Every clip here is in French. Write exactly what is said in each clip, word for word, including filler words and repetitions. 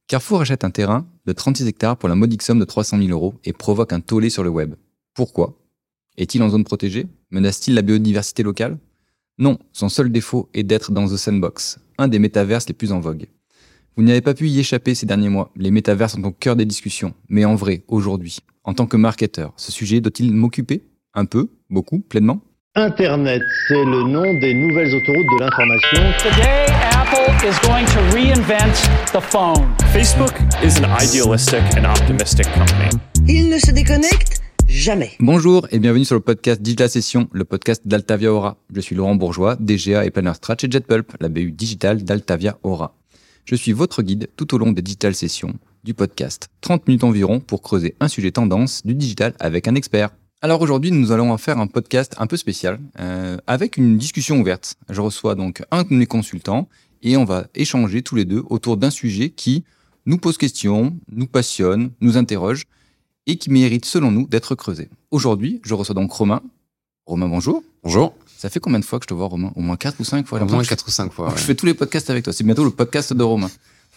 Carrefour achète un terrain de trente-six hectares pour la modique somme de trois cent mille euros et provoque un tollé sur le web. Pourquoi ? Est-il en zone protégée ? Menace-t-il la biodiversité locale ? Non, son seul défaut est d'être dans The Sandbox, un des métaverses les plus en vogue. Vous n'y avez pas pu y échapper ces derniers mois, les métaverses sont au cœur des discussions. Mais en vrai, aujourd'hui, en tant que marketeur, ce sujet doit-il m'occuper ? Un peu ? Beaucoup ? Pleinement ? Internet, c'est le nom des nouvelles autoroutes de l'information. Today, Apple is going to reinvent the phone. Facebook is an idealistic and optimistic company. Il ne se déconnecte jamais. Bonjour et bienvenue sur le podcast Digital Session, le podcast d'Altavia Aura. Je suis Laurent Bourgeois, D G A et Planner Strat chez JetPulp, la B U digitale d'Altavia Aura. Je suis votre guide tout au long des Digital Sessions du podcast. trente minutes environ pour creuser un sujet tendance du digital avec un expert. Alors aujourd'hui, nous allons en faire un podcast un peu spécial, euh, avec une discussion ouverte. Je reçois donc un de mes consultants et on va échanger tous les deux autour d'un sujet qui nous pose question, nous passionne, nous interroge et qui mérite selon nous d'être creusé. Aujourd'hui, je reçois donc Romain. Romain, bonjour. Bonjour. Ça fait combien de fois que je te vois, Romain ? Au moins quatre ou cinq fois. Au moins quatre ou cinq fois. Je fais tous les podcasts avec toi. C'est bientôt le podcast de Romain.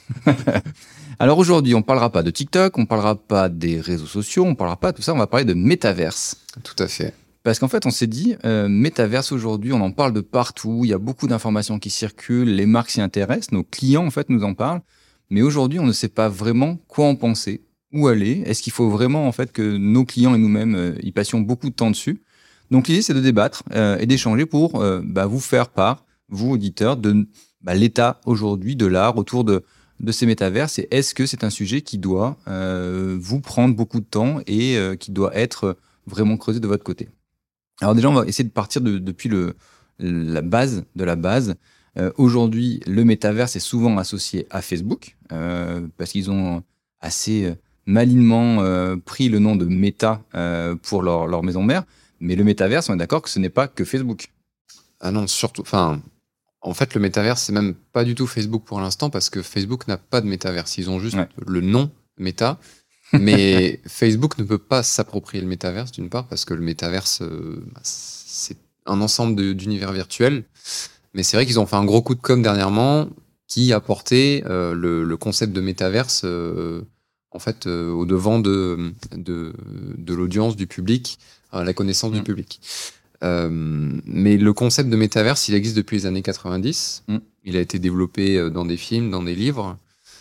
Alors aujourd'hui, on ne parlera pas de TikTok, on ne parlera pas des réseaux sociaux, on ne parlera pas de tout ça, on va parler de métaverse. Tout à fait. Parce qu'en fait, on s'est dit, euh, métaverse aujourd'hui, on en parle de partout, il y a beaucoup d'informations qui circulent, les marques s'y intéressent, nos clients en fait nous en parlent, mais aujourd'hui, on ne sait pas vraiment quoi en penser, où aller. Est-ce qu'il faut vraiment en fait que nos clients et nous-mêmes euh, y passions beaucoup de temps dessus ? Donc l'idée, c'est de débattre euh, et d'échanger pour euh, bah, vous faire part, vous auditeurs, de bah, l'état aujourd'hui de l'art autour de de ces métaverses, et est-ce que c'est un sujet qui doit euh, vous prendre beaucoup de temps et euh, qui doit être vraiment creusé de votre côté. Alors déjà, on va essayer de partir de, depuis le, la base de la base. Euh, aujourd'hui, le métaverse est souvent associé à Facebook, euh, parce qu'ils ont assez malinement euh, pris le nom de Meta euh, pour leur, leur maison mère, mais le métaverse, on est d'accord que ce n'est pas que Facebook. Ah non, surtout... Enfin... En fait, le métaverse, c'est même pas du tout Facebook pour l'instant, parce que Facebook n'a pas de métaverse. Ils ont juste ouais. le nom Meta, mais Facebook ne peut pas s'approprier le métaverse, d'une part, parce que le métaverse, euh, c'est un ensemble de, d'univers virtuels. Mais c'est vrai qu'ils ont fait un gros coup de com' dernièrement qui a porté euh, le, le concept de métaverse euh, en fait, euh, au devant de, de, de l'audience, du public, à la connaissance mmh. du public. Euh, mais le concept de métaverse, il existe depuis les années quatre-vingt-dix. Mm. Il a été développé dans des films, dans des livres.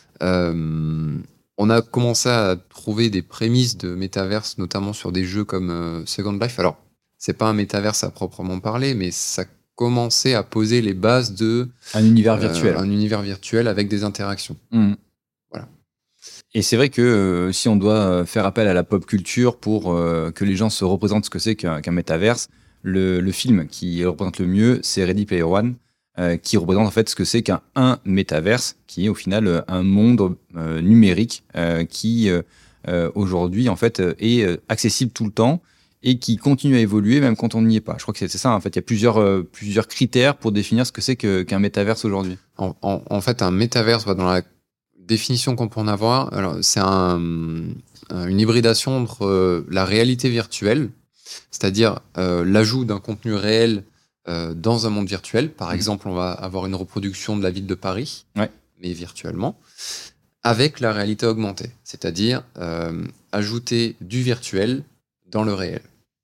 Euh, on a commencé à trouver des prémices de métaverse, notamment sur des jeux comme euh, Second Life. Alors, c'est pas un métaverse à proprement parler, mais ça commençait à poser les bases de un univers virtuel, euh, un univers virtuel avec des interactions. Mm. Voilà. Et c'est vrai que euh, si on doit faire appel à la pop culture pour euh, que les gens se représentent ce que c'est qu'un, qu'un métaverse. Le, le film qui représente le mieux, c'est Ready Player One, euh, qui représente en fait ce que c'est qu'un un métaverse, qui est au final un monde euh, numérique euh, qui euh, aujourd'hui en fait est accessible tout le temps et qui continue à évoluer même quand on n'y est pas. Je crois que c'est, c'est ça. En fait, il y a plusieurs euh, plusieurs critères pour définir ce que c'est que, qu'un métaverse aujourd'hui. En, en, en fait, un métaverse, dans la définition qu'on peut en avoir, alors c'est un, une hybridation entre euh, la réalité virtuelle, c'est-à-dire euh, l'ajout d'un contenu réel euh, dans un monde virtuel. Par mmh. exemple, on va avoir une reproduction de la ville de Paris, ouais. mais virtuellement, avec la réalité augmentée, c'est-à-dire euh, ajouter du virtuel dans le réel.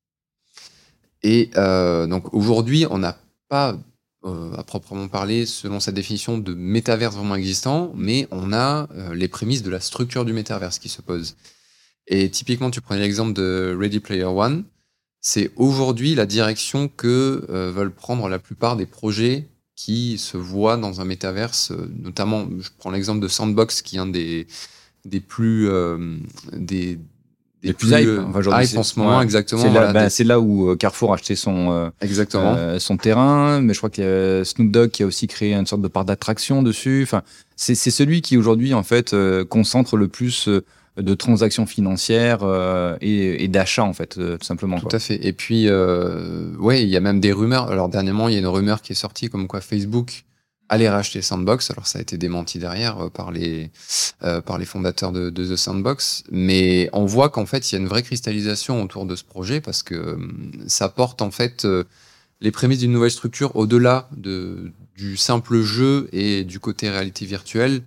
Et euh, donc aujourd'hui, on n'a pas, euh, à proprement parler, selon cette définition, de métaverse vraiment existant, mais on a euh, les prémices de la structure du métaverse qui se posent. Et typiquement, tu prenais l'exemple de Ready Player One. C'est aujourd'hui la direction que euh, veulent prendre la plupart des projets qui se voient dans un métaverse, euh, notamment, je prends l'exemple de Sandbox, qui est un des, des plus... Euh, des, des les plus, plus hype, euh, enfin, hype en ce moment, ouais. exactement. C'est, voilà, là, bah, des... c'est là où Carrefour a acheté son, euh, exactement. Euh, son terrain, mais je crois qu'il y a Snoop Dogg qui a aussi créé une sorte de parc d'attraction dessus. Enfin, c'est, c'est celui qui aujourd'hui, en fait, euh, concentre le plus... Euh, de transactions financières euh, et, et d'achats, en fait, euh, tout simplement. Tout quoi. à fait. Et puis, euh, ouais, il y a même des rumeurs. Alors, dernièrement, il y a une rumeur qui est sortie comme quoi Facebook allait racheter Sandbox. Alors, ça a été démenti derrière euh, par, les, euh, par les fondateurs de, de The Sandbox. Mais on voit qu'en fait, il y a une vraie cristallisation autour de ce projet parce que euh, ça porte, en fait, euh, les prémices d'une nouvelle structure au-delà de, du simple jeu et du côté réalité virtuelle. Il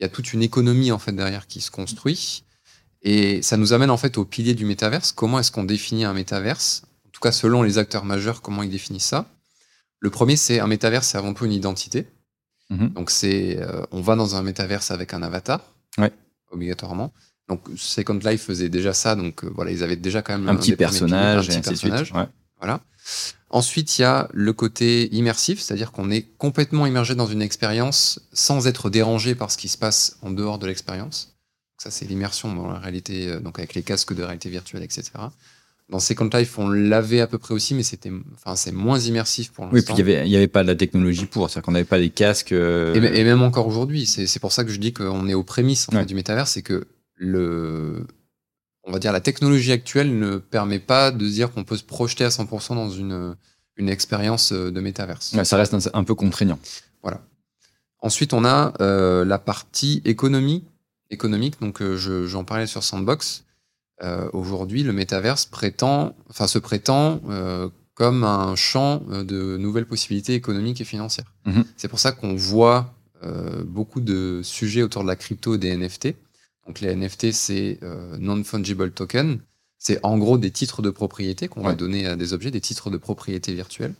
il y a toute une économie en fait derrière qui se construit. Et ça nous amène en fait au pilier du métaverse. Comment est-ce qu'on définit un métaverse ? En tout cas, selon les acteurs majeurs, comment ils définissent ça ? Le premier, c'est un métaverse, c'est avant tout une identité. Mmh. Donc, c'est, euh, on va dans un métaverse avec un avatar, ouais. obligatoirement. Donc, Second Life faisait déjà ça. Donc, euh, voilà, ils avaient déjà quand même un, un petit personnage. Piliers, un petit personnage. Ouais. Voilà. Ensuite, il y a le côté immersif, c'est-à-dire qu'on est complètement immergé dans une expérience sans être dérangé par ce qui se passe en dehors de l'expérience. Ça, c'est l'immersion dans la réalité, donc avec les casques de réalité virtuelle, et cetera. Dans Second Life, on l'avait à peu près aussi, mais c'était, enfin, c'est moins immersif pour l'instant. Oui, puis il n'y avait, y avait pas de la technologie pour, c'est-à-dire qu'on n'avait pas les casques. Euh... Et, et même encore aujourd'hui, c'est, c'est pour ça que je dis qu'on est aux prémices en ouais. fait, du métavers, c'est que le, on va dire, la technologie actuelle ne permet pas de dire qu'on peut se projeter à cent pour cent dans une, une expérience de métaverse. Ouais, ça reste un, un peu contraignant. Voilà. Ensuite, on a euh, la partie économie, économique. Donc, euh, je, j'en parlais sur Sandbox. Euh, aujourd'hui, le métaverse prétend, enfin, se prétend euh, comme un champ de nouvelles possibilités économiques et financières. Mmh. C'est pour ça qu'on voit euh, beaucoup de sujets autour de la crypto et des N F T. Donc, les N F T, c'est euh, non-fungible token. C'est en gros des titres de propriété qu'on ouais. va donner à des objets, des titres de propriété virtuelle.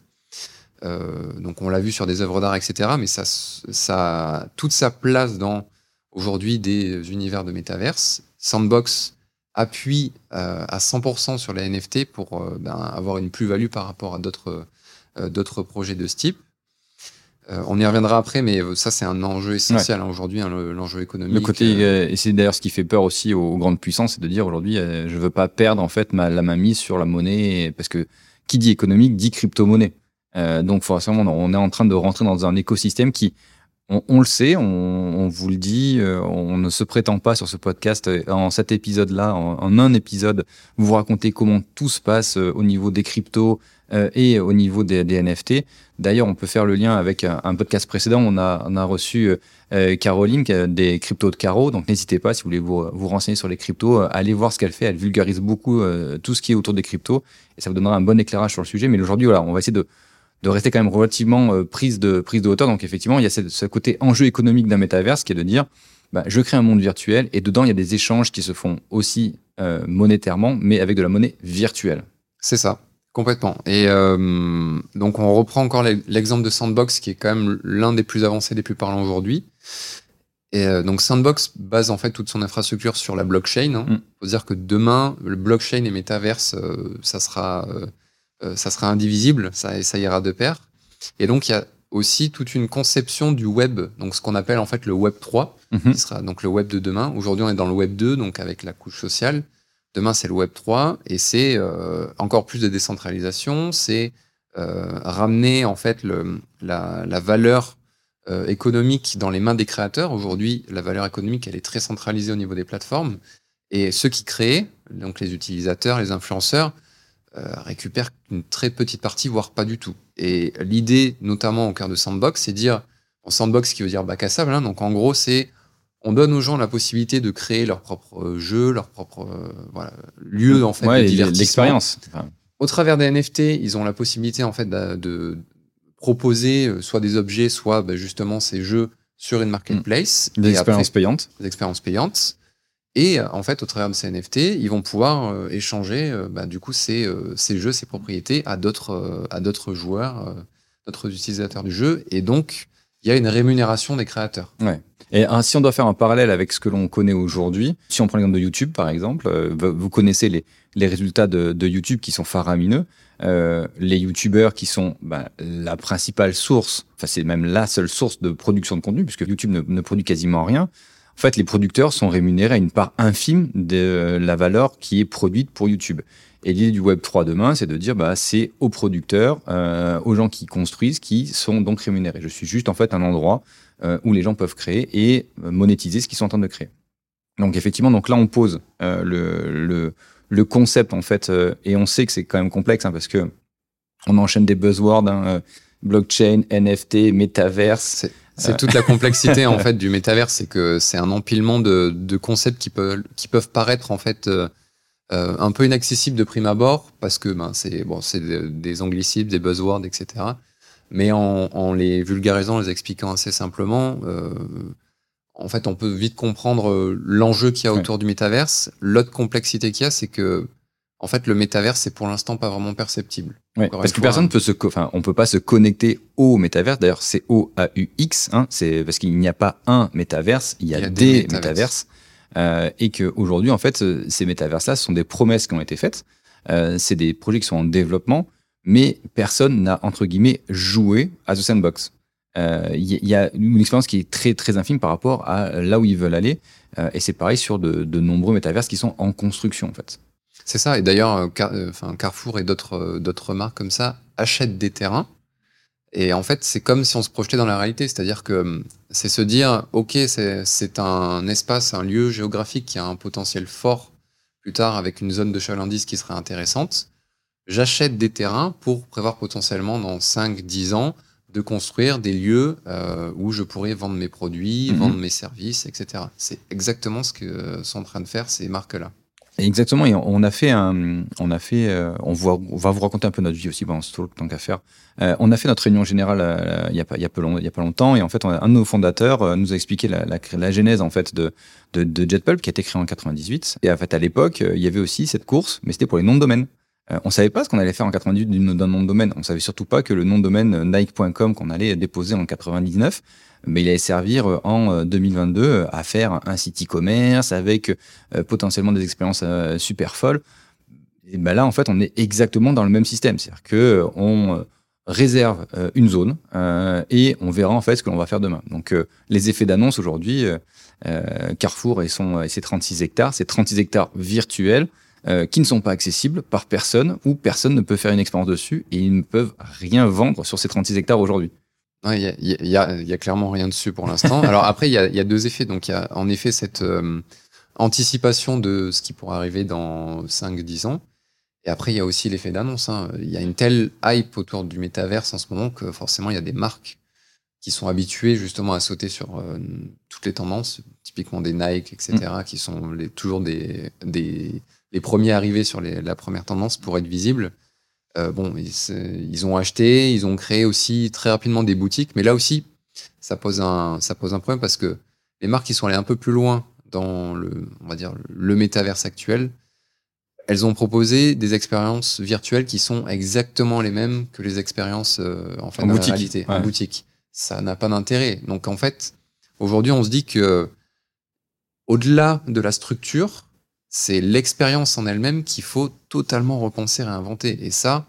Euh, donc, on l'a vu sur des œuvres d'art, et cetera. Mais ça, ça a toute sa place dans aujourd'hui des univers de métaverse. Sandbox appuie euh, à cent pour cent sur les N F T pour euh, ben, avoir une plus-value par rapport à d'autres, euh, d'autres projets de ce type. Euh, on y reviendra après, mais ça, c'est un enjeu essentiel ouais. hein, aujourd'hui, hein, le, l'enjeu économique. Le côté, euh, et c'est d'ailleurs ce qui fait peur aussi aux, aux grandes puissances, c'est de dire aujourd'hui, euh, je veux pas perdre en fait ma, la mainmise sur la monnaie, parce que qui dit économique dit crypto-monnaie. Euh, donc forcément, on est en train de rentrer dans un écosystème qui On, on le sait, on, on vous le dit, euh, on ne se prétend pas sur ce podcast, euh, en cet épisode-là, en, en un épisode, vous racontez comment tout se passe euh, au niveau des cryptos euh, et au niveau des, des N F T. D'ailleurs, on peut faire le lien avec un, un podcast précédent. On a, on a reçu euh, Caroline des cryptos de Caro. Donc, n'hésitez pas, si vous voulez vous, vous renseigner sur les cryptos, euh, allez voir ce qu'elle fait. Elle vulgarise beaucoup euh, tout ce qui est autour des cryptos et ça vous donnera un bon éclairage sur le sujet. Mais aujourd'hui, voilà, on va essayer de de rester quand même relativement euh, prise de prise de hauteur. Donc effectivement, il y a ce, ce côté enjeu économique d'un métaverse qui est de dire, bah, je crée un monde virtuel et dedans il y a des échanges qui se font aussi euh, monétairement, mais avec de la monnaie virtuelle. C'est ça, complètement. Et euh, donc on reprend encore l'exemple de Sandbox qui est quand même l'un des plus avancés, des plus parlants aujourd'hui. Et euh, donc Sandbox base en fait toute son infrastructure sur la blockchain. Hein. Mm. Faut dire que demain, le blockchain et métaverse, euh, ça sera euh, ça sera indivisible, ça, ça ira de pair. Et donc, il y a aussi toute une conception du web, donc ce qu'on appelle en fait le web trois, mm-hmm. qui sera donc le web de demain. Aujourd'hui, on est dans le web deux, donc avec la couche sociale. Demain, c'est le web trois, et c'est euh, encore plus de décentralisation, c'est euh, ramener en fait le, la, la valeur euh, économique dans les mains des créateurs. Aujourd'hui, la valeur économique, elle est très centralisée au niveau des plateformes, et ceux qui créent, donc les utilisateurs, les influenceurs, Euh, récupère une très petite partie, voire pas du tout. Et l'idée, notamment au cœur de Sandbox, c'est dire, en Sandbox qui veut dire bac à sable, hein, donc en gros, c'est, on donne aux gens la possibilité de créer leur propre jeu, leur propre euh, voilà, lieu en fait, ouais, de divertissement. L'expérience. Enfin. Au travers des N F T, ils ont la possibilité en fait de, de proposer euh, soit des objets, soit bah, justement ces jeux sur une marketplace. Des expériences après, payantes. Des expériences payantes. Et en fait, au travers de ces N F T, ils vont pouvoir euh, échanger, euh, bah, du coup, ces, euh, ces jeux, ces propriétés à d'autres, euh, à d'autres joueurs, euh, d'autres utilisateurs du jeu. Et donc, il y a une rémunération des créateurs. Ouais. Et hein, si on doit faire un parallèle avec ce que l'on connaît aujourd'hui, si on prend l'exemple de YouTube, par exemple, euh, vous connaissez les, les résultats de, de YouTube qui sont faramineux. Euh, les YouTubeurs qui sont bah, la principale source, enfin, c'est même la seule source de production de contenu, puisque YouTube ne, ne produit quasiment rien. En fait, les producteurs sont rémunérés à une part infime de la valeur qui est produite pour YouTube. Et l'idée du web trois demain, c'est de dire, bah, c'est aux producteurs, euh, aux gens qui construisent, qui sont donc rémunérés. Je suis juste en fait un endroit euh, où les gens peuvent créer et monétiser ce qu'ils sont en train de créer. Donc effectivement, donc là on pose euh, le, le, le concept en fait, euh, et on sait que c'est quand même complexe hein, parce que on enchaîne des buzzwords, hein, euh, blockchain, N F T, métaverse. C'est... C'est toute la complexité en fait du métaverse, c'est que c'est un empilement de, de concepts qui peuvent qui peuvent paraître en fait euh, un peu inaccessibles de prime abord parce que ben c'est bon c'est des, des anglicismes, des buzzwords, et cetera. Mais en, en les vulgarisant, en les expliquant assez simplement, euh, en fait, on peut vite comprendre l'enjeu qu'il y a autour ouais. du métaverse. L'autre complexité qu'il y a, c'est que, en fait, le métaverse, c'est pour l'instant pas vraiment perceptible. Ouais, Encore parce une que fois, personne hein. peut se, co- enfin, on peut pas se connecter au métaverse. D'ailleurs, c'est O A U X, hein, c'est parce qu'il n'y a pas un métaverse, il y a, Il y a des, des métaverses, métaverses. euh, et que aujourd'hui, en fait, ce- ces métaverses-là, ce sont des promesses qui ont été faites. Euh, c'est des projets qui sont en développement, mais personne n'a entre guillemets joué à The Sandbox. Euh, Il y, y a une expérience qui est très très infime par rapport à là où ils veulent aller, euh, et c'est pareil sur de, de nombreux métaverses qui sont en construction, en fait. C'est ça. Et d'ailleurs, euh, Car- euh, enfin, Carrefour et d'autres euh, d'autres marques comme ça achètent des terrains. Et en fait, c'est comme si on se projetait dans la réalité. C'est-à-dire que hum, c'est se dire, OK, c'est c'est un espace, un lieu géographique qui a un potentiel fort plus tard avec une zone de chalandise qui serait intéressante. J'achète des terrains pour prévoir potentiellement dans cinq dix ans de construire des lieux euh, où je pourrais vendre mes produits, Mhm. vendre mes services, et cetera. C'est exactement ce que sont en train de faire ces marques-là. Et exactement, et on a fait un, on a fait, euh, on, voit, on va vous raconter un peu notre vie aussi pendant ce talk, tant qu'à faire. Euh, on a fait notre réunion générale euh, il y a pas, il y a peu long, il y a pas longtemps, et en fait, on a, un de nos fondateurs euh, nous a expliqué la, la, la genèse en fait de, de, de JetPulp qui a été créé en quatre-vingt-dix-huit. Et en fait, à l'époque, euh, il y avait aussi cette course, mais c'était pour les noms de domaine. Euh, on savait pas ce qu'on allait faire en quatre-vingt-dix-huit d'une- d'un nom de domaine. On savait surtout pas que le nom de domaine euh, Nike point com qu'on allait déposer en quatre-vingt-dix-neuf, mais il allait servir euh, en euh, deux mille vingt-deux euh, à faire un site e-commerce avec euh, potentiellement des expériences euh, super folles. Et ben là, en fait, on est exactement dans le même système. C'est-à-dire que euh, on euh, réserve euh, une zone euh, et on verra en fait ce que l'on va faire demain. Donc, euh, les effets d'annonce aujourd'hui, euh, euh, Carrefour et, son, et ses trente-six hectares, c'est trente-six hectares virtuels euh, qui ne sont pas accessibles par personne, où personne ne peut faire une expérience dessus et ils ne peuvent rien vendre sur ces trente-six hectares aujourd'hui. Ouais, il y a, il y, a, il y, a, il y a clairement rien dessus pour l'instant. Alors après, il y a, il y a deux effets. Donc il y a en effet cette euh, anticipation de ce qui pourrait arriver dans cinq dix ans. Et après, il y a aussi l'effet d'annonce. Hein. Il y a une telle hype autour du métaverse en ce moment que forcément, il y a des marques qui sont habituées justement à sauter sur euh, toutes les tendances, typiquement des Nike, et cetera, mmh. qui sont les, toujours des, des, les premiers arrivés sur les, la première tendance pour être visibles. Euh, bon, ils, ils ont acheté, ils ont créé aussi très rapidement des boutiques, mais là aussi, ça pose un, ça pose un problème parce que les marques qui sont allées un peu plus loin dans le, on va dire, le métaverse actuel, elles ont proposé des expériences virtuelles qui sont exactement les mêmes que les expériences euh, en, fait, en dans boutique, la réalité, ouais. en boutique. Ça n'a pas d'intérêt. Donc en fait, aujourd'hui, on se dit que au-delà de la structure, c'est l'expérience en elle-même qu'il faut totalement repenser, réinventer. Et ça,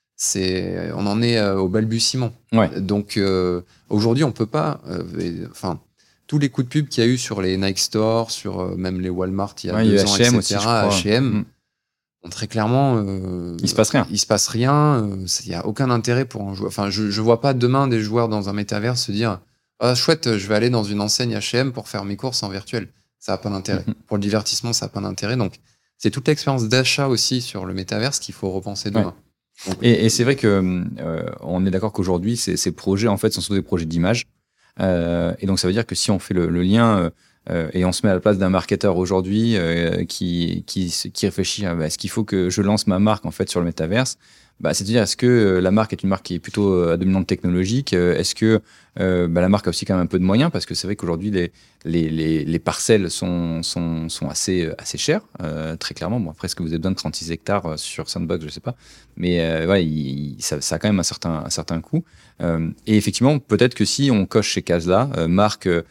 c'est, on en est euh, au balbutiement. Ouais. Donc euh, aujourd'hui, on peut pas, euh, enfin, tous les coups de pub qu'il y a eu sur les Nike Store, sur euh, même les Walmart il y a ouais, deux il y a ans, H et M et cetera. aussi, je crois. H et M, Mm. bon, très clairement, euh, il se passe rien. Il se passe rien. Il y a aucun intérêt pour un joueur. Enfin, je, je vois pas demain des joueurs dans un métavers se dire, ah chouette, je vais aller dans une enseigne H et M pour faire mes courses en virtuel. Ça a pas d'intérêt. Mm-hmm. Pour le divertissement, ça a pas d'intérêt. Donc, c'est toute l'expérience d'achat aussi sur le métaverse qu'il faut repenser demain. Ouais. Donc, et, et c'est vrai que euh, on est d'accord qu'aujourd'hui, ces, ces projets en fait sont surtout des projets d'image. Euh, et donc, ça veut dire que si on fait le, le lien euh, et on se met à la place d'un marketeur aujourd'hui euh, qui, qui, qui réfléchit à bah, est-ce qu'il faut que je lance ma marque en fait sur le métaverse, bah, c'est-à-dire est-ce que la marque est une marque qui est plutôt à dominante technologique, est-ce que euh, bah, la marque a aussi quand même un peu de moyens, parce que c'est vrai qu'aujourd'hui les, les, les, les parcelles sont, sont, sont assez, assez chères, euh, très clairement. Bon, après, est-ce que vous avez besoin de trente-six hectares sur Sandbox, je sais pas, mais euh, ouais, il, ça, ça a quand même un certain, un certain coût. Euh, et effectivement, peut-être que si on coche ces cases-là, euh, marque euh,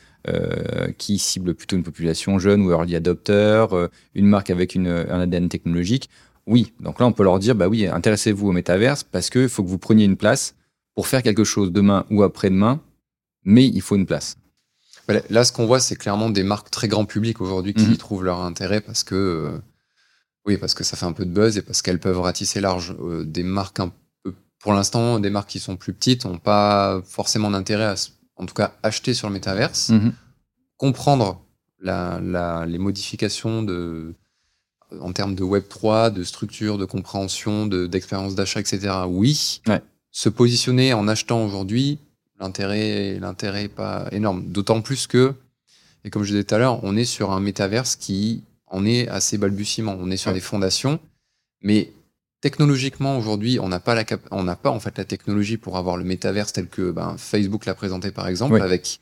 qui cible plutôt une population jeune ou early adopter, euh, une marque avec une, un A D N technologique, oui, donc là on peut leur dire, bah oui, intéressez-vous au métaverse parce qu'il faut que vous preniez une place pour faire quelque chose demain ou après-demain, mais il faut une place. Là, ce qu'on voit, c'est clairement des marques très grand public aujourd'hui qui mmh. y trouvent leur intérêt parce que, euh, oui, parce que ça fait un peu de buzz et parce qu'elles peuvent ratisser large. Euh, des marques un peu, pour l'instant, des marques qui sont plus petites n'ont pas forcément d'intérêt à, en tout cas, acheter sur le métaverse, mmh. comprendre la, la, les modifications de en termes de web trois, de structure, de compréhension, de, d'expérience d'achat, et cetera. Oui, ouais. Se positionner en achetant aujourd'hui, l'intérêt, l'intérêt n'est pas énorme. D'autant plus que, et comme je disais tout à l'heure, on est sur un métaverse qui en est assez balbutiement. On est sur ouais. des fondations, mais technologiquement aujourd'hui, on n'a pas la cap- on n'a pas en fait la technologie pour avoir le métaverse tel que ben, Facebook l'a présenté par exemple, ouais. avec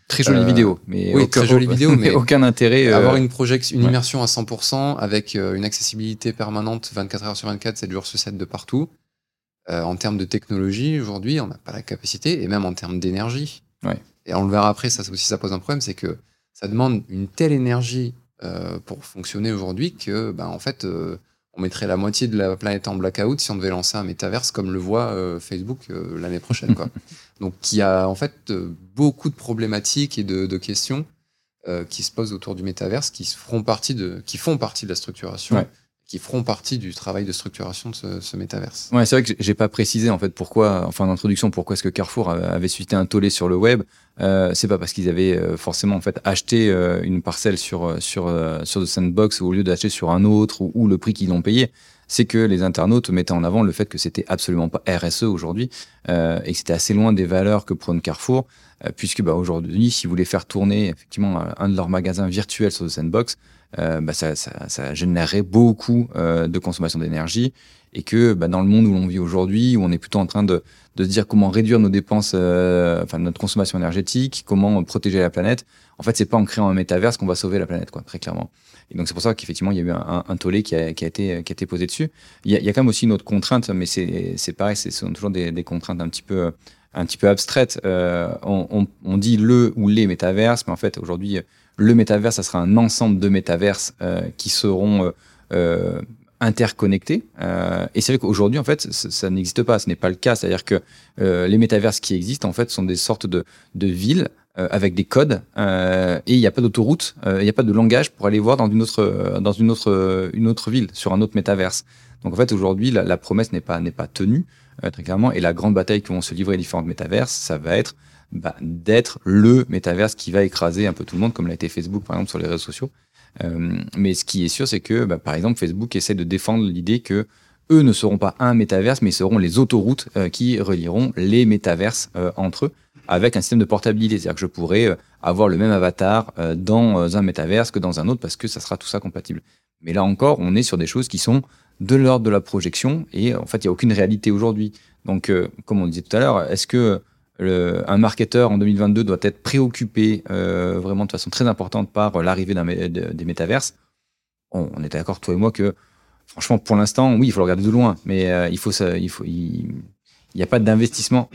Très jolie Euh, vidéo, mais oui, aucun, très jolie vidéo, mais aucun intérêt. euh, Avoir une projection, une ouais. immersion à cent pour cent avec euh, une accessibilité permanente vingt-quatre heures sur vingt-quatre, sept jours sur sept de partout. Euh, en termes de technologie, aujourd'hui, on n'a pas la capacité, et même en termes d'énergie. Ouais. Et on le verra après, ça aussi, ça pose un problème, c'est que ça demande une telle énergie euh, pour fonctionner aujourd'hui que, ben, en fait, euh, on mettrait la moitié de la planète en blackout si on devait lancer un métaverse comme le voit euh, Facebook euh, l'année prochaine, quoi. Donc, il y a en fait euh, beaucoup de problématiques et de, de questions euh, qui se posent autour du métaverse, qui feront partie de, qui font partie de la structuration, Ouais. qui feront partie du travail de structuration de ce, ce métaverse. Ouais, c'est vrai que j'ai- j'ai pas précisé en fait pourquoi, enfin en introduction, pourquoi est-ce que Carrefour avait avait suscité un tollé sur le web. Euh, c'est pas parce qu'ils avaient euh, forcément en fait acheté euh, une parcelle sur euh, sur euh, sur The Sandbox au lieu d'acheter sur un autre ou, ou le prix qu'ils l'ont payé. C'est que les internautes mettaient en avant le fait que c'était absolument pas R S E aujourd'hui euh, et que c'était assez loin des valeurs que prône Carrefour, euh, puisque bah, aujourd'hui, s'ils voulaient faire tourner effectivement un de leurs magasins virtuels sur The Sandbox, euh, bah, ça, ça, ça générerait beaucoup euh, de consommation d'énergie et que bah, dans le monde où l'on vit aujourd'hui, où on est plutôt en train de, de se dire comment réduire nos dépenses, euh, enfin notre consommation énergétique, comment protéger la planète, en fait, c'est pas en créant un métaverse qu'on va sauver la planète, quoi, très clairement. Et donc c'est pour ça qu'effectivement il y a eu un, un, un tollé qui a, qui a été qui a été posé dessus. Il y a, il y a quand même aussi une autre contrainte, mais c'est c'est pareil, ce sont toujours des, des contraintes un petit peu un petit peu abstraites. Euh, on, on, on dit le ou les métaverses, mais en fait aujourd'hui le métaverse, ça sera un ensemble de métaverses euh, qui seront euh, euh, interconnectés. Euh, et c'est vrai qu'aujourd'hui, en fait, ça, ça n'existe pas. Ce n'est pas le cas. C'est-à-dire que euh, les métaverses qui existent, en fait, sont des sortes de, de villes euh, avec des codes euh, et il n'y a pas d'autoroute, euh, il n'y a pas de langage pour aller voir dans une autre, dans une autre, une autre ville, sur un autre métaverse. Donc en fait, aujourd'hui, la, la promesse n'est pas, n'est pas tenue, euh, très clairement. Et la grande bataille que vont se livrer les différentes métaverses, ça va être bah, d'être le métaverse qui va écraser un peu tout le monde, comme l'a été Facebook, par exemple, sur les réseaux sociaux. Euh, mais ce qui est sûr, c'est que, bah, par exemple, Facebook essaie de défendre l'idée que eux ne seront pas un métaverse, mais seront les autoroutes euh, qui relieront les métaverses euh, entre eux, avec un système de portabilité. C'est-à-dire que je pourrais euh, avoir le même avatar euh, dans un métaverse que dans un autre, parce que ça sera tout ça compatible. Mais là encore, on est sur des choses qui sont de l'ordre de la projection, et en fait, il n'y a aucune réalité aujourd'hui. Donc, euh, comme on disait tout à l'heure, est-ce que Le, un marketeur en deux mille vingt-deux doit être préoccupé euh, vraiment de façon très importante par l'arrivée d'un, de, des métaverses. On, on est d'accord, toi et moi, que franchement, pour l'instant, oui, il faut le regarder de loin, mais euh, il faut, ça, il faut, il n'y a pas d'investissement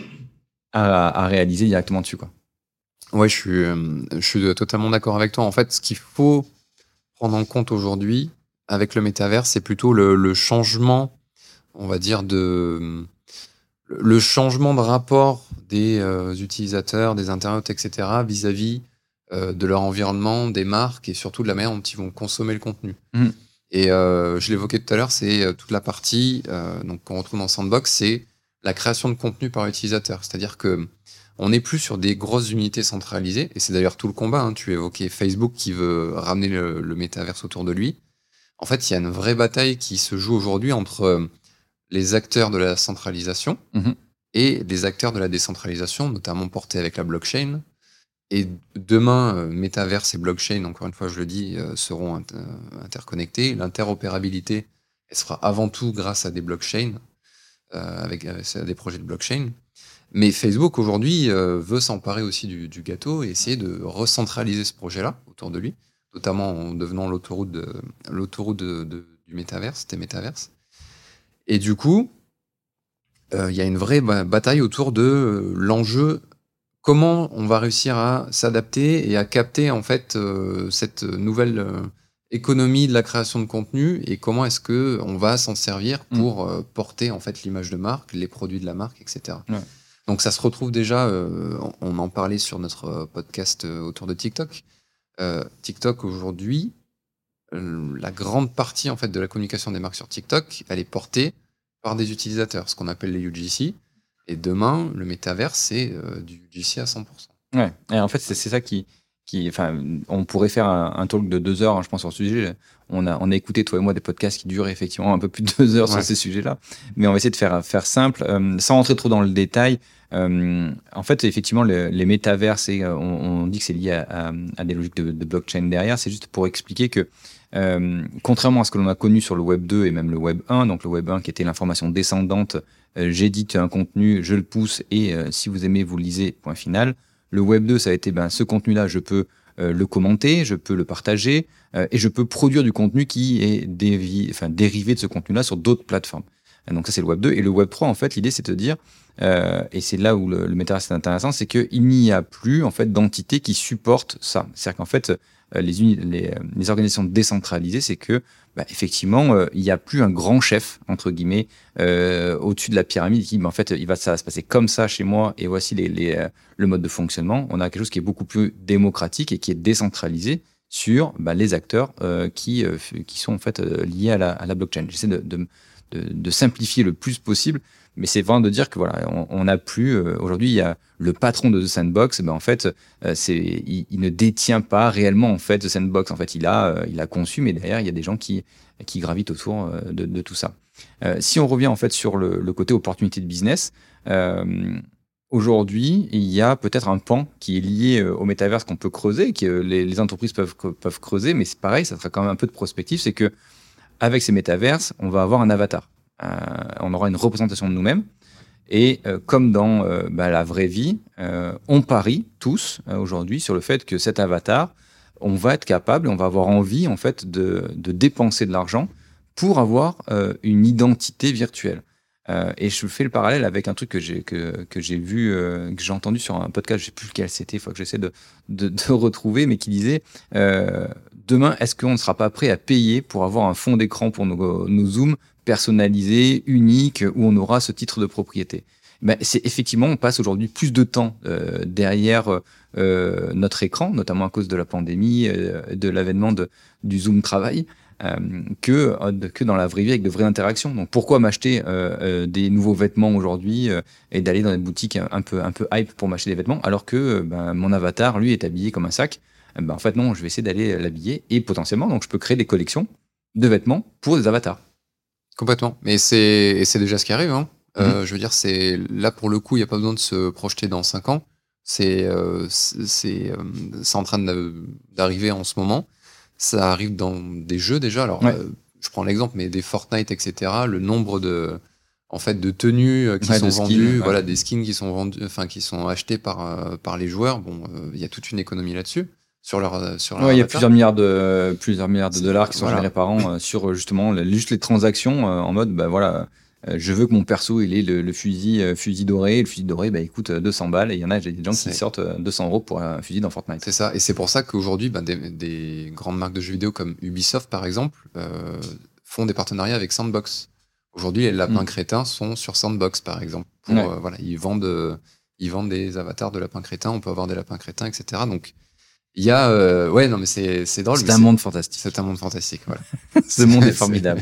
à, à réaliser directement dessus, quoi. Ouais, je suis, euh, je suis totalement d'accord avec toi. En fait, ce qu'il faut prendre en compte aujourd'hui avec le métaverse, c'est plutôt le, le changement, on va dire, de le changement de rapport des euh, utilisateurs, des internautes, et cetera, vis-à-vis euh, de leur environnement, des marques et surtout de la manière dont ils vont consommer le contenu. Mmh. Et euh, je l'évoquais tout à l'heure, c'est euh, toute la partie euh, donc qu'on retrouve dans Sandbox, c'est la création de contenu par utilisateur. C'est-à-dire que on n'est plus sur des grosses unités centralisées, et c'est d'ailleurs tout le combat. Hein. Tu évoquais Facebook qui veut ramener le, le métaverse autour de lui. En fait, il y a une vraie bataille qui se joue aujourd'hui entre euh, les acteurs de la centralisation mmh. et les acteurs de la décentralisation, notamment portés avec la blockchain. Et demain, euh, métaverse et blockchain, encore une fois, je le dis, euh, seront inter- interconnectés. L'interopérabilité, elle sera avant tout grâce à des blockchains, euh, avec, avec des projets de blockchain. Mais Facebook, aujourd'hui, euh, veut s'emparer aussi du, du gâteau et essayer de recentraliser ce projet-là autour de lui, notamment en devenant l'autoroute, de, l'autoroute de, de, du métaverse, des métaverses. Et du coup, il euh, y a une vraie ba- bataille autour de euh, l'enjeu, comment on va réussir à s'adapter et à capter en fait euh, cette nouvelle euh, économie de la création de contenu et comment est-ce que on va s'en servir pour euh, porter en fait l'image de marque, les produits de la marque, et cetera. Ouais. Donc ça se retrouve déjà, euh, on en parlait sur notre podcast euh, autour de TikTok. Euh, TikTok aujourd'hui, la grande partie en fait de la communication des marques sur TikTok, elle est portée par des utilisateurs, ce qu'on appelle les U G C. Et demain, le métaverse, c'est euh, du U G C à cent pour cent. Ouais. Et en fait, c'est, c'est ça qui, qui, enfin, on pourrait faire un, un talk de deux heures, hein, je pense, sur ce sujet. On a, on a écouté toi et moi des podcasts qui durent effectivement un peu plus de deux heures ouais. sur ces sujets-là. Mais on va essayer de faire, faire simple, euh, sans rentrer trop dans le détail. Euh, en fait, effectivement, le, les métaverses, et, euh, on, on dit que c'est lié à, à, à des logiques de, de blockchain derrière. C'est juste pour expliquer que Euh, contrairement à ce que l'on a connu sur le Web deux et même le Web un, donc le Web un qui était l'information descendante, euh, j'édite un contenu, je le pousse et euh, si vous aimez, vous le lisez, point final. Le Web deux, ça a été ben, ce contenu-là, je peux euh, le commenter, je peux le partager euh, et je peux produire du contenu qui est dévi- enfin, dérivé de ce contenu-là sur d'autres plateformes. Et donc ça, c'est le Web deux. Et le Web trois, en fait, l'idée, c'est de dire, euh, et c'est là où le, le métaverse est intéressant, c'est qu'il n'y a plus en fait d'entités qui supportent ça. C'est-à-dire qu'en fait, euh, les, uni- les, les organisations décentralisées, c'est que bah, effectivement, euh, il n'y a plus un grand chef entre guillemets euh, au-dessus de la pyramide qui, bah, en fait, il va ça va se passer comme ça chez moi et voici les, les, euh, le mode de fonctionnement. On a quelque chose qui est beaucoup plus démocratique et qui est décentralisé sur bah, les acteurs euh, qui euh, qui sont en fait euh, liés à la, à la blockchain. J'essaie de, de De, de simplifier le plus possible, mais c'est vraiment de dire que voilà, on n'a plus euh, aujourd'hui il y a le patron de The Sandbox, ben en fait euh, c'est il, il ne détient pas réellement en fait The Sandbox, en fait il a euh, il a conçu, mais derrière il y a des gens qui qui gravitent autour euh, de, de tout ça. Euh, si on revient en fait sur le, le côté opportunité de business, euh, aujourd'hui il y a peut-être un pan qui est lié au métaverse qu'on peut creuser, que les, les entreprises peuvent peuvent creuser, mais c'est pareil, ça sera quand même un peu de prospective, c'est que avec ces métaverses, on va avoir un avatar. Euh, on aura une représentation de nous-mêmes. Et euh, comme dans euh, bah, la vraie vie, euh, on parie tous euh, aujourd'hui sur le fait que cet avatar, on va être capable, on va avoir envie en fait de, de dépenser de l'argent pour avoir euh, une identité virtuelle. Euh, et je fais le parallèle avec un truc que j'ai que, que j'ai vu, euh, que j'ai entendu sur un podcast, je sais plus lequel c'était, il faut que j'essaie de, de, de retrouver, mais qui disait euh, demain, est-ce qu'on ne sera pas prêt à payer pour avoir un fond d'écran pour nos, nos zooms personnalisés, uniques, où on aura ce titre de propriété? Ben, c'est effectivement, on passe aujourd'hui plus de temps euh, derrière euh, notre écran, notamment à cause de la pandémie, euh, de l'avènement de, du Zoom travail. Euh, que, euh, que dans la vraie vie avec de vraies interactions. Donc pourquoi m'acheter euh, euh, des nouveaux vêtements aujourd'hui euh, et d'aller dans des boutiques un peu, un peu hype pour m'acheter des vêtements alors que euh, ben, mon avatar, lui, est habillé comme un sac? Ben, en fait, non, je vais essayer d'aller l'habiller et potentiellement, donc je peux créer des collections de vêtements pour des avatars. Complètement. Mais c'est, et c'est déjà ce qui arrive. Hein. Mm-hmm. Euh, je veux dire, c'est là pour le coup, il n'y a pas besoin de se projeter dans cinq ans. C'est, euh, c'est, euh, c'est en train d'arriver en ce moment. Ça arrive dans des jeux déjà. Alors, ouais. euh, je prends l'exemple, mais des Fortnite, et cetera. Le nombre de, en fait, de tenues qui ouais, sont vendues, skins, ouais. voilà, des skins qui sont vendus, enfin, qui sont achetés par euh, par les joueurs. Bon, il euh, y a toute une économie là-dessus sur leur sur. Ouais, il y a plusieurs milliards de plusieurs milliards de dollars qui sont voilà. générés par an euh, sur justement juste les transactions euh, en mode, bah voilà. Euh, je veux que mon perso il ait le, le fusil euh, fusil doré. Le fusil doré, bah, il coûte deux cents balles. Et il y en a des gens c'est... qui sortent deux cents euros pour un fusil dans Fortnite. C'est ça. Et c'est pour ça qu'aujourd'hui, bah, des, des grandes marques de jeux vidéo comme Ubisoft, par exemple, euh, font des partenariats avec Sandbox. Aujourd'hui, les lapins mmh. crétins sont sur Sandbox, par exemple. Pour, ouais. euh, voilà, ils vendent, euh, ils vendent des avatars de lapins crétins. On peut avoir des lapins crétins, et cetera. Donc, il y a, euh, ouais, non, mais c'est, c'est drôle. C'est mais un c'est, monde fantastique. C'est un monde fantastique, voilà. Ce monde est formidable.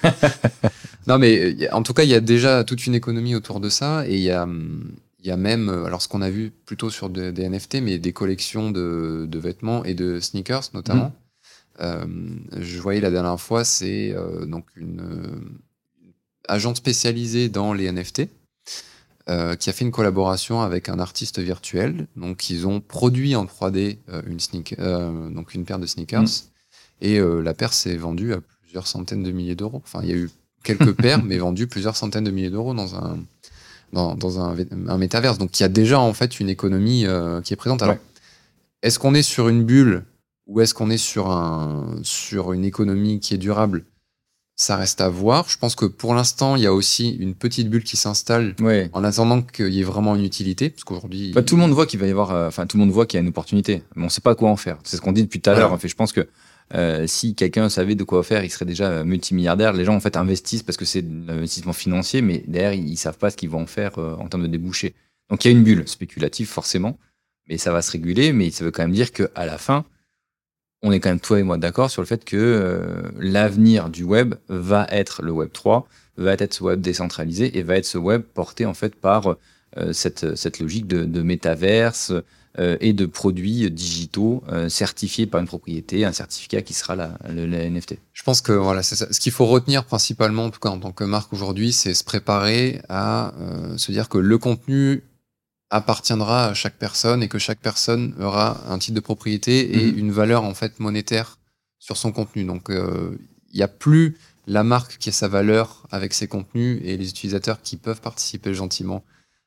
Non, mais en tout cas, il y a déjà toute une économie autour de ça, et il y a, il y a même, alors ce qu'on a vu plutôt sur des, des N F T, mais des collections de, de vêtements et de sneakers notamment. Mmh. Euh, je voyais la dernière fois, c'est euh, donc une euh, agente spécialisée dans les N F T. Euh, qui a fait une collaboration avec un artiste virtuel. Donc, ils ont produit en trois D euh, une, sneak, euh, donc une paire de sneakers. Mmh. Et euh, la paire s'est vendue à plusieurs centaines de milliers d'euros. Enfin, il y a eu quelques paires, mais vendues plusieurs centaines de milliers d'euros dans un, dans, dans un, un métaverse. Donc, il y a déjà en fait une économie euh, qui est présente. Alors, ouais. Est-ce qu'on est sur une bulle ou est-ce qu'on est sur, un, sur une économie qui est durable ? Ça reste à voir. Je pense que pour l'instant, il y a aussi une petite bulle qui s'installe ouais. en attendant qu'il y ait vraiment une utilité. Parce qu'aujourd'hui. Enfin, tout le monde voit qu'il va y avoir, enfin, euh, tout le monde voit qu'il y a une opportunité. Mais on ne sait pas quoi en faire. C'est ce qu'on dit depuis tout à l'heure. En fait, je pense que euh, si quelqu'un savait de quoi faire, il serait déjà multimilliardaire. Les gens, en fait, investissent parce que c'est un investissement financier, mais derrière, ils ne savent pas ce qu'ils vont en faire euh, en termes de débouchés. Donc, il y a une bulle spéculative, forcément. Mais ça va se réguler. Mais ça veut quand même dire qu'à la fin, on est quand même, toi et moi, d'accord sur le fait que euh, l'avenir du web va être le web trois, va être ce web décentralisé et va être ce web porté en fait par euh, cette, cette logique de, de métaverse euh, et de produits digitaux euh, certifiés par une propriété, un certificat qui sera la, le, la N F T. Je pense que voilà, c'est ça. Ce qu'il faut retenir principalement, en tout cas en tant que marque aujourd'hui, c'est se préparer à euh, se dire que le contenu appartiendra à chaque personne et que chaque personne aura un titre de propriété et mmh. une valeur en fait monétaire sur son contenu. Donc il euh, n'y a plus la marque qui a sa valeur avec ses contenus et les utilisateurs qui peuvent participer gentiment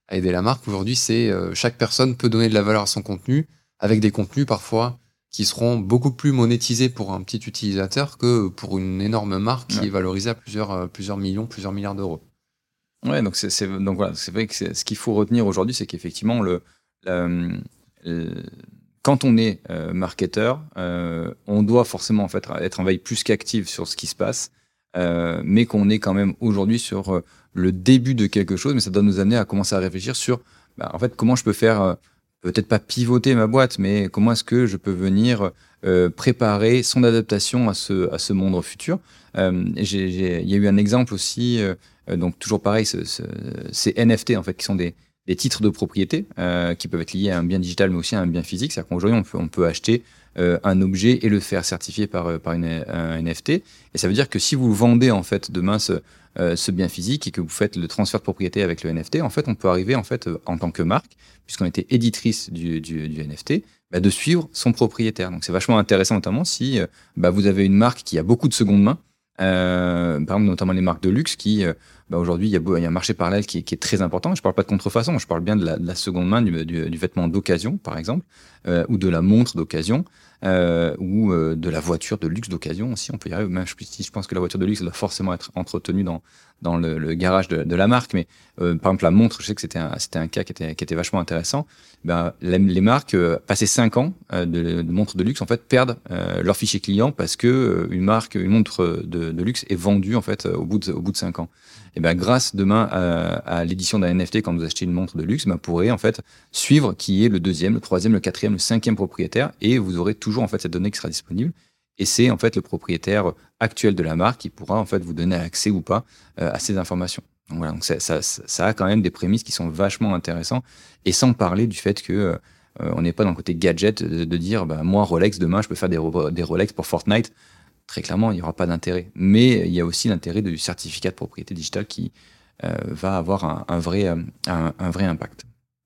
à aider la marque aujourd'hui, c'est euh, chaque personne peut donner de la valeur à son contenu, avec des contenus parfois qui seront beaucoup plus monétisés pour un petit utilisateur que pour une énorme marque Ouais. qui est valorisée à plusieurs, euh, plusieurs millions, plusieurs milliards d'euros. Ouais, donc c'est, c'est donc voilà, c'est vrai que c'est, ce qu'il faut retenir aujourd'hui, c'est qu'effectivement le, la- le- quand on est euh, marketeur, euh, on doit forcément en fait être en veille plus qu'active sur ce qui se passe, euh, mais qu'on est quand même aujourd'hui sur euh, le début de quelque chose, mais ça doit nous amener à commencer à réfléchir sur bah, en fait comment je peux faire euh, peut-être pas pivoter ma boîte, mais comment est-ce que je peux venir euh, préparer son adaptation à ce à ce monde futur. Euh, j'ai, j'ai- il y a eu un exemple aussi. euh, euh, donc toujours pareil, ce, ce, ces N F T en fait, qui sont des, des titres de propriété euh, qui peuvent être liés à un bien digital, mais aussi à un bien physique. C'est-à-dire qu'aujourd'hui, on peut, on peut acheter euh, un objet et le faire certifier par, euh, par une, un N F T. Et ça veut dire que si vous vendez en fait demain ce, euh, ce bien physique et que vous faites le transfert de propriété avec le N F T, en fait, on peut arriver en fait euh, en tant que marque, puisqu'on était éditrice du, du, du N F T, bah, de suivre son propriétaire. Donc c'est vachement intéressant, notamment si euh, bah, vous avez une marque qui a beaucoup de seconde main. Euh, par exemple, notamment les marques de luxe qui, euh, bah aujourd'hui, il y, a beau- il y a un marché parallèle qui est, qui est très important. Je parle pas de contrefaçon, je parle bien de la, de la seconde main, du, du, du vêtement d'occasion, par exemple, euh, ou de la montre d'occasion, euh, ou euh, de la voiture de luxe d'occasion aussi. On peut y arriver. Même si je pense que la voiture de luxe doit forcément être entretenue dans, dans le, le garage de, de la marque, mais euh, par exemple, la montre, je sais que c'était un, c'était un cas qui était, qui était vachement intéressant. Ben, les, les marques, euh, passé cinq ans euh, de, de montres de luxe, en fait, perdent euh, leur fichier client parce que euh, une marque, une montre de, de luxe est vendue en fait au bout de, au bout de cinq ans. Et ben, grâce demain à, à l'édition d'un N F T, quand vous achetez une montre de luxe, ben, vous pourrez en fait suivre qui est le deuxième, le troisième, le quatrième, le cinquième propriétaire, et vous aurez toujours en fait cette donnée qui sera disponible. Et c'est en fait le propriétaire actuel de la marque qui pourra en fait vous donner accès ou pas euh, à ces informations. Donc voilà, donc ça, ça, ça a quand même des prémices qui sont vachement intéressants, et sans parler du fait que euh, on n'est pas dans le côté gadget de, de dire bah, moi Rolex demain je peux faire des, des Rolex pour Fortnite. Très clairement, il n'y aura pas d'intérêt. Mais il y a aussi l'intérêt du certificat de propriété digitale qui euh, va avoir un, un, vrai, un, un vrai impact.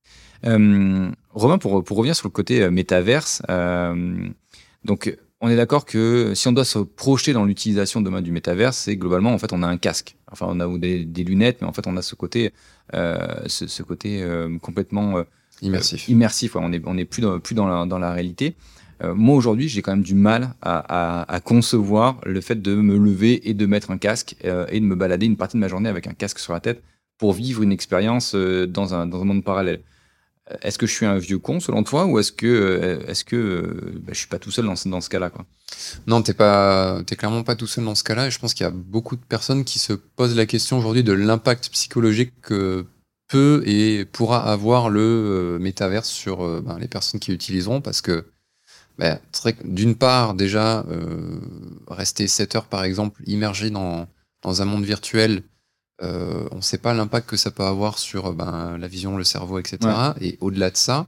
Euh, Romain, pour, pour revenir sur le côté euh, métaverse, euh, donc on est d'accord que si on doit se projeter dans l'utilisation demain du métaverse, c'est globalement en fait on a un casque, enfin on a ou des, des lunettes, mais en fait on a ce côté, euh, ce, ce côté euh, complètement euh, Immersif. Euh, immersif. Ouais, on est on est plus dans, plus dans la, dans la réalité. Euh, moi aujourd'hui, j'ai quand même du mal à, à, à concevoir le fait de me lever et de mettre un casque euh, et de me balader une partie de ma journée avec un casque sur la tête pour vivre une expérience euh, dans un dans un monde parallèle. Est-ce que je suis un vieux con selon toi, ou est-ce que euh, est-ce que euh, bah, je suis pas tout seul dans ce, dans ce cas-là, quoi? Non, t'es pas, t'es clairement pas tout seul dans ce cas-là. Et je pense qu'il y a beaucoup de personnes qui se posent la question aujourd'hui de l'impact psychologique que peut et pourra avoir le euh, métaverse sur euh, ben, les personnes qui l'utiliseront, parce que ben, très, d'une part déjà euh, rester sept heures par exemple immergé dans dans un monde virtuel, euh, on ne sait pas l'impact que ça peut avoir sur ben, la vision, le cerveau, et cetera. Ouais. Et au-delà de ça,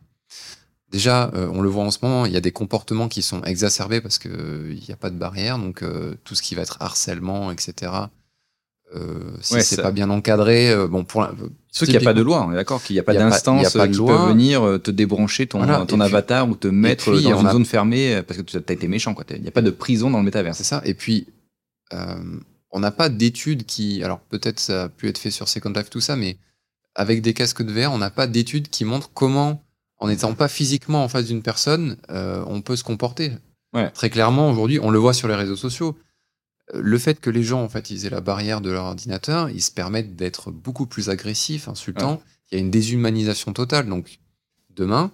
déjà, euh, on le voit en ce moment, il y a des comportements qui sont exacerbés parce qu'il n'y a pas de barrière, donc euh, tout ce qui va être harcèlement, et cetera. Euh, si ouais, c'est ça. Pas bien encadré, euh, bon pour la, Sauf qu'il n'y a pas de loi, on est d'accord, qu'il n'y a pas d'instance qui loi. peut venir te débrancher ton, voilà, ton avatar puis, ou te mettre puis, dans une a... zone fermée parce que tu as été méchant, quoi. Il n'y a pas de prison dans le métavers. C'est ça, et puis euh, on n'a pas d'études qui, alors peut-être ça a pu être fait sur Second Life, tout ça, mais avec des casques de V R, on n'a pas d'études qui montrent comment, en n'étant pas physiquement en face d'une personne, euh, on peut se comporter. Ouais. Très clairement, aujourd'hui, on le voit sur les réseaux sociaux. Le fait que les gens, en fait, ils aient la barrière de leur ordinateur, ils se permettent d'être beaucoup plus agressifs, insultants. Ouais. Il y a une déshumanisation totale. Donc, demain,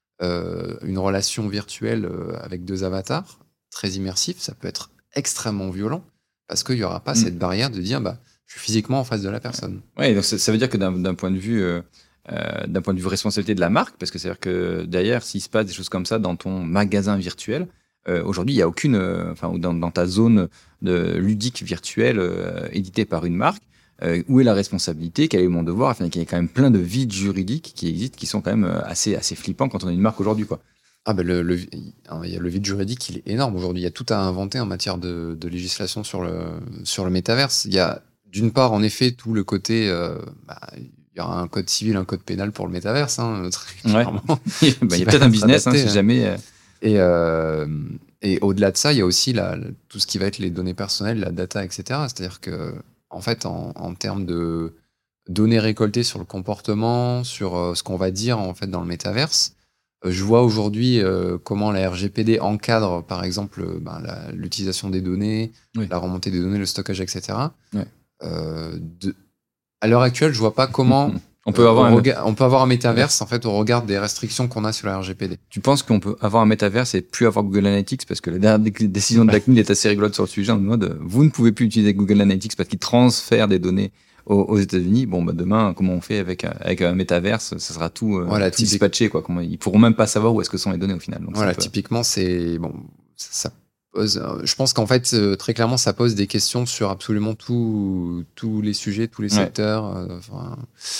euh, une relation virtuelle euh, avec deux avatars, très immersif, ça peut être extrêmement violent parce qu'il n'y aura pas mmh. cette barrière de dire bah, je suis physiquement en face de la personne. Oui, donc ça, ça veut dire que d'un, d'un point de vue... Euh... Euh, d'un point de vue responsabilité de la marque, parce que c'est-à-dire que derrière, s'il se passe des choses comme ça dans ton magasin virtuel, euh, aujourd'hui, il n'y a aucune, euh, enfin, dans, dans ta zone de ludique virtuelle euh, éditée par une marque, euh, où est la responsabilité, quel est mon devoir, enfin, il y a quand même plein de vides juridiques qui existent, qui sont quand même assez, assez flippants quand on a une marque aujourd'hui, quoi. Ah ben le, le, il y a le vide juridique, il est énorme aujourd'hui. Il y a tout à inventer en matière de, de législation sur le, sur le métaverse. Il y a d'une part, en effet, tout le côté... Euh, bah, il y aura un code civil, un code pénal pour le métaverse, hein, très clairement. Ouais. bah, il y a peut-être un business, adapté, hein, si jamais. Euh... Et, euh, et au-delà de ça, il y a aussi la, tout ce qui va être les données personnelles, la data, et cetera. C'est-à-dire que, en fait, en, en termes de, données récoltées sur le comportement, sur euh, ce qu'on va dire en fait dans le métaverse. Euh, je vois aujourd'hui euh, comment la R G P D encadre, par exemple, euh, ben, la, l'utilisation des données, Oui. la remontée des données, le stockage, et cetera. Ouais. Euh, de... À l'heure actuelle, je vois pas comment On peut avoir on, un... rega- on peut avoir un métaverse en fait au regard des restrictions qu'on a sur la R G P D. Tu penses qu'on peut avoir un métaverse et plus avoir Google Analytics, parce que la dernière dé- décision de la C N I L est assez rigolote sur le sujet, en mode vous ne pouvez plus utiliser Google Analytics parce qu'il transfère des données aux, aux États-Unis. Bon, bah demain, comment on fait avec, avec un métaverse? Ça sera tout, euh, Voilà, tout typique- dispatché, quoi. Comment, ils pourront même pas savoir où est-ce que sont les données au final. Donc, Voilà, c'est un peu- typiquement, c'est bon. Ça, ça pose. euh, Je pense qu'en fait, euh, très clairement, ça pose des questions sur absolument tout- tous les sujets, tous les Ouais. secteurs. euh, enfin,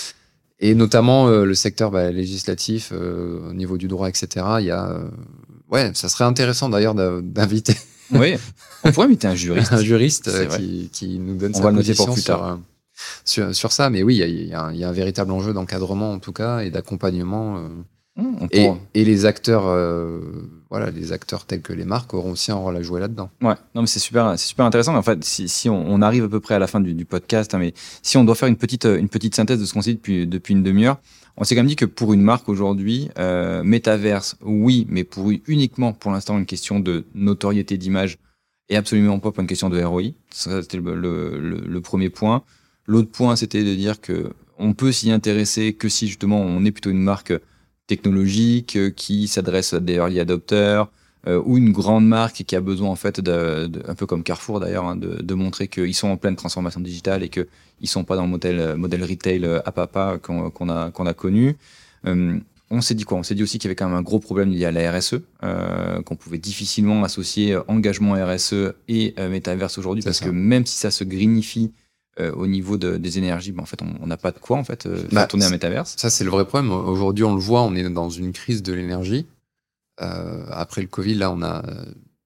et notamment euh, le secteur bah, législatif, euh, au niveau du droit, et cetera. Il y a, euh, ouais, ça serait intéressant d'ailleurs d'a- d'inviter Oui, on pourrait inviter un juriste. un juriste C'est euh, vrai. qui, qui nous donne On sa va le noter position pour plus sur, tard. euh, sur, sur ça. Mais oui, il y a, il y a un- il y a un véritable enjeu d'encadrement en tout cas et d'accompagnement. euh, Hum, on et, pourra- et les acteurs, euh, voilà, les acteurs tels que les marques auront aussi un rôle à jouer là-dedans. Ouais, non mais c'est super, c'est super intéressant. En fait, si, si on, on arrive à peu près à la fin du, du podcast, hein, mais si on doit faire une petite, une petite synthèse de ce qu'on s'est dit depuis, depuis une demi-heure, on s'est quand même dit que pour une marque aujourd'hui, euh, métaverse, oui, mais pour uniquement pour l'instant une question de notoriété d'image et absolument pas pour une question de R O I. Ça, c'était le, le, le, le premier point. L'autre point, c'était de dire que on peut s'y intéresser que si justement on est plutôt une marque technologique euh, qui s'adresse à des early adopters, euh, ou une grande marque qui a besoin en fait de, de un peu comme Carrefour d'ailleurs, hein, de, de montrer qu'ils sont en pleine transformation digitale et que ils sont pas dans le modèle modèle retail euh, à papa qu'on, qu'on a qu'on a connu. Euh, on s'est dit quoi? On s'est dit aussi qu'il y avait quand même un gros problème lié à la R S E, euh, qu'on pouvait difficilement associer engagement R S E et euh, métaverse aujourd'hui, C'est parce ça. que même si ça se greenifie euh, au niveau de, des énergies, ben, en fait, on n'a pas de quoi en fait euh, faire Bah, tourner un c'est- métaverse. Ça, c'est le vrai problème. Aujourd'hui, on le voit, on est dans une crise de l'énergie. Euh, après le Covid, là, on a euh,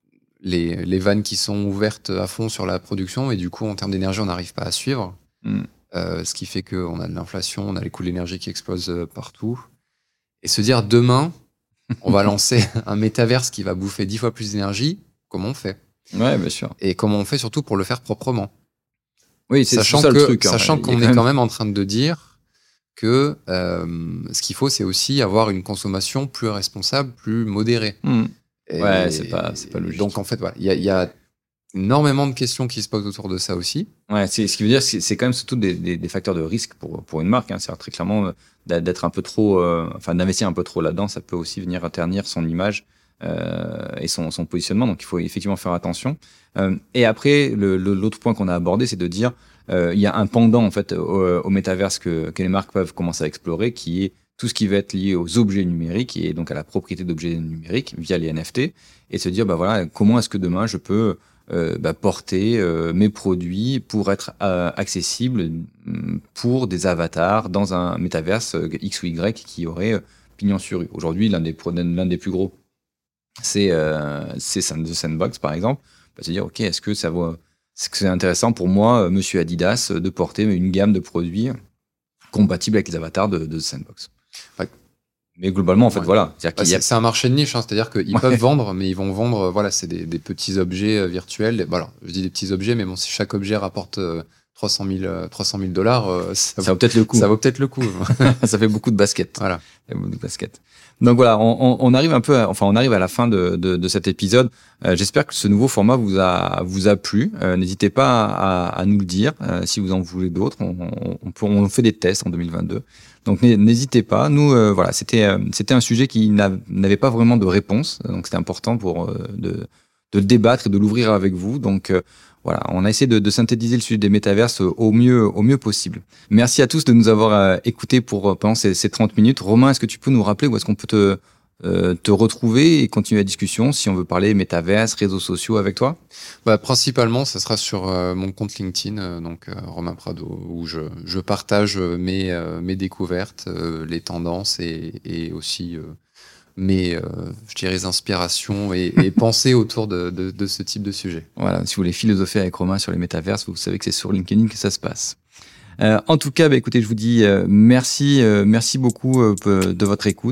les, les vannes qui sont ouvertes à fond sur la production et du coup, en termes d'énergie, on n'arrive pas à suivre. Mm. Euh, ce qui fait qu'on a de l'inflation, on a les coûts de l'énergie qui explosent euh, partout. Et se dire, demain, on va lancer un métaverse qui va bouffer dix fois plus d'énergie, comment on fait? Ouais, bien sûr. Et comment on fait surtout pour le faire proprement? Oui, c'est Sachant c'est ça que, le truc. hein. sachant Il y a qu'on quand est même- quand même en train de dire que euh, ce qu'il faut, c'est aussi avoir une consommation plus responsable, plus modérée. Mm. Et- Ouais, c'est pas- c'est pas logique. Donc en fait, voilà, il y a, il y a énormément de questions qui se posent autour de ça aussi. Ouais, c'est ce qui veut dire, c'est c'est quand même surtout des, des, des facteurs de risque pour pour une marque. Hein. C'est très clairement euh, d'a- d'être un peu trop, euh, enfin d'investir un peu trop là-dedans, ça peut aussi venir ternir son image euh, et son, son positionnement. Donc il faut effectivement faire attention. Euh, et après, le, le- l'autre point qu'on a abordé, c'est de dire euh, il y a un pendant en fait au, au métaverse que que les marques peuvent commencer à explorer, qui est tout ce qui va être lié aux objets numériques et donc à la propriété d'objets numériques via les N F T, et se dire bah voilà, comment est-ce que demain je peux Euh, bah, porter euh, mes produits pour être euh, accessibles mm, pour des avatars dans un métaverse euh, X ou Y qui aurait euh, pignon sur rue. Aujourd'hui, l'un des, pro- l'un des plus gros, c'est euh, c'est Sand- The Sandbox, par exemple. Bah, se dire, OK, est-ce que ça vaut, est-ce que c'est intéressant pour moi, euh, monsieur Adidas, euh, de porter une gamme de produits compatibles avec les avatars de, de The Sandbox? Ouais. Mais globalement, en fait, Ouais. voilà. C'est-à-dire Bah, qu'il y a c'est, c'est un marché de niche, hein, c'est-à-dire qu'ils Ouais. peuvent vendre, mais ils vont vendre, euh, voilà, c'est des, des petits objets euh, virtuels. Des- Voilà, je dis des petits objets, mais bon, si chaque objet rapporte euh, trois cent mille dollars, euh, ça, ça vaut peut-être le coup. ça vaut peut-être le coup. Ça fait beaucoup de baskets. Voilà. Il y a beaucoup de baskets. Donc voilà, on, on, on arrive un peu, à, enfin on arrive à la fin de, de, de cet épisode. Euh, j'espère que ce nouveau format vous a vous a plu. Euh, n'hésitez pas à, à nous le dire euh, si vous en voulez d'autres. On, on, on, peut- on fait des tests en deux mille vingt-deux. Donc n'hé- n'hésitez pas. Nous euh, voilà, c'était euh, c'était un sujet qui n'a- n'avait pas vraiment de réponse. Donc c'était important pour euh, de de le débattre et de l'ouvrir avec vous. Donc euh, voilà, on a essayé de, de synthétiser le sujet des métaverses au mieux, au mieux possible. Merci à tous de nous avoir euh, écoutés pour, pendant ces, ces trente minutes. Romain, est-ce que tu peux nous rappeler où est-ce qu'on peut te, euh, te retrouver et continuer la discussion si on veut parler métaverse, réseaux sociaux avec toi? Bah, principalement, ça sera sur euh, mon compte LinkedIn, euh, donc euh, Romain Prado, où je, je partage euh, mes, euh, mes découvertes, euh, les tendances et, et aussi euh, mes, euh, je dirais, inspirations et, et pensées autour de, de, de ce type de sujet. Voilà, si vous voulez philosopher avec Romain sur les métaverses, vous savez que c'est sur LinkedIn que ça se passe. Euh, en tout cas, bah, écoutez, je vous dis euh, merci, euh, merci beaucoup euh, de votre écoute.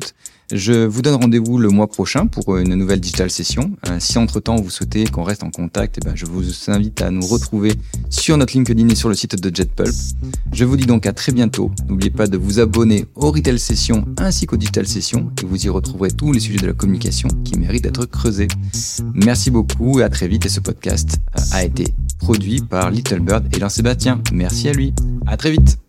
Je vous donne rendez-vous le mois prochain pour une nouvelle Digital Session. Euh, si entre-temps vous souhaitez qu'on reste en contact, eh ben, je vous invite à nous retrouver sur notre LinkedIn et sur le site de JetPulp. Je vous dis donc à très bientôt. N'oubliez pas de vous abonner aux Retail Sessions ainsi qu'aux Digital Sessions et vous y retrouverez tous les sujets de la communication qui méritent d'être creusés. Merci beaucoup et à très vite. Et ce podcast a été produit par Little Bird et Laurent Sébastien. Merci à lui. À très vite.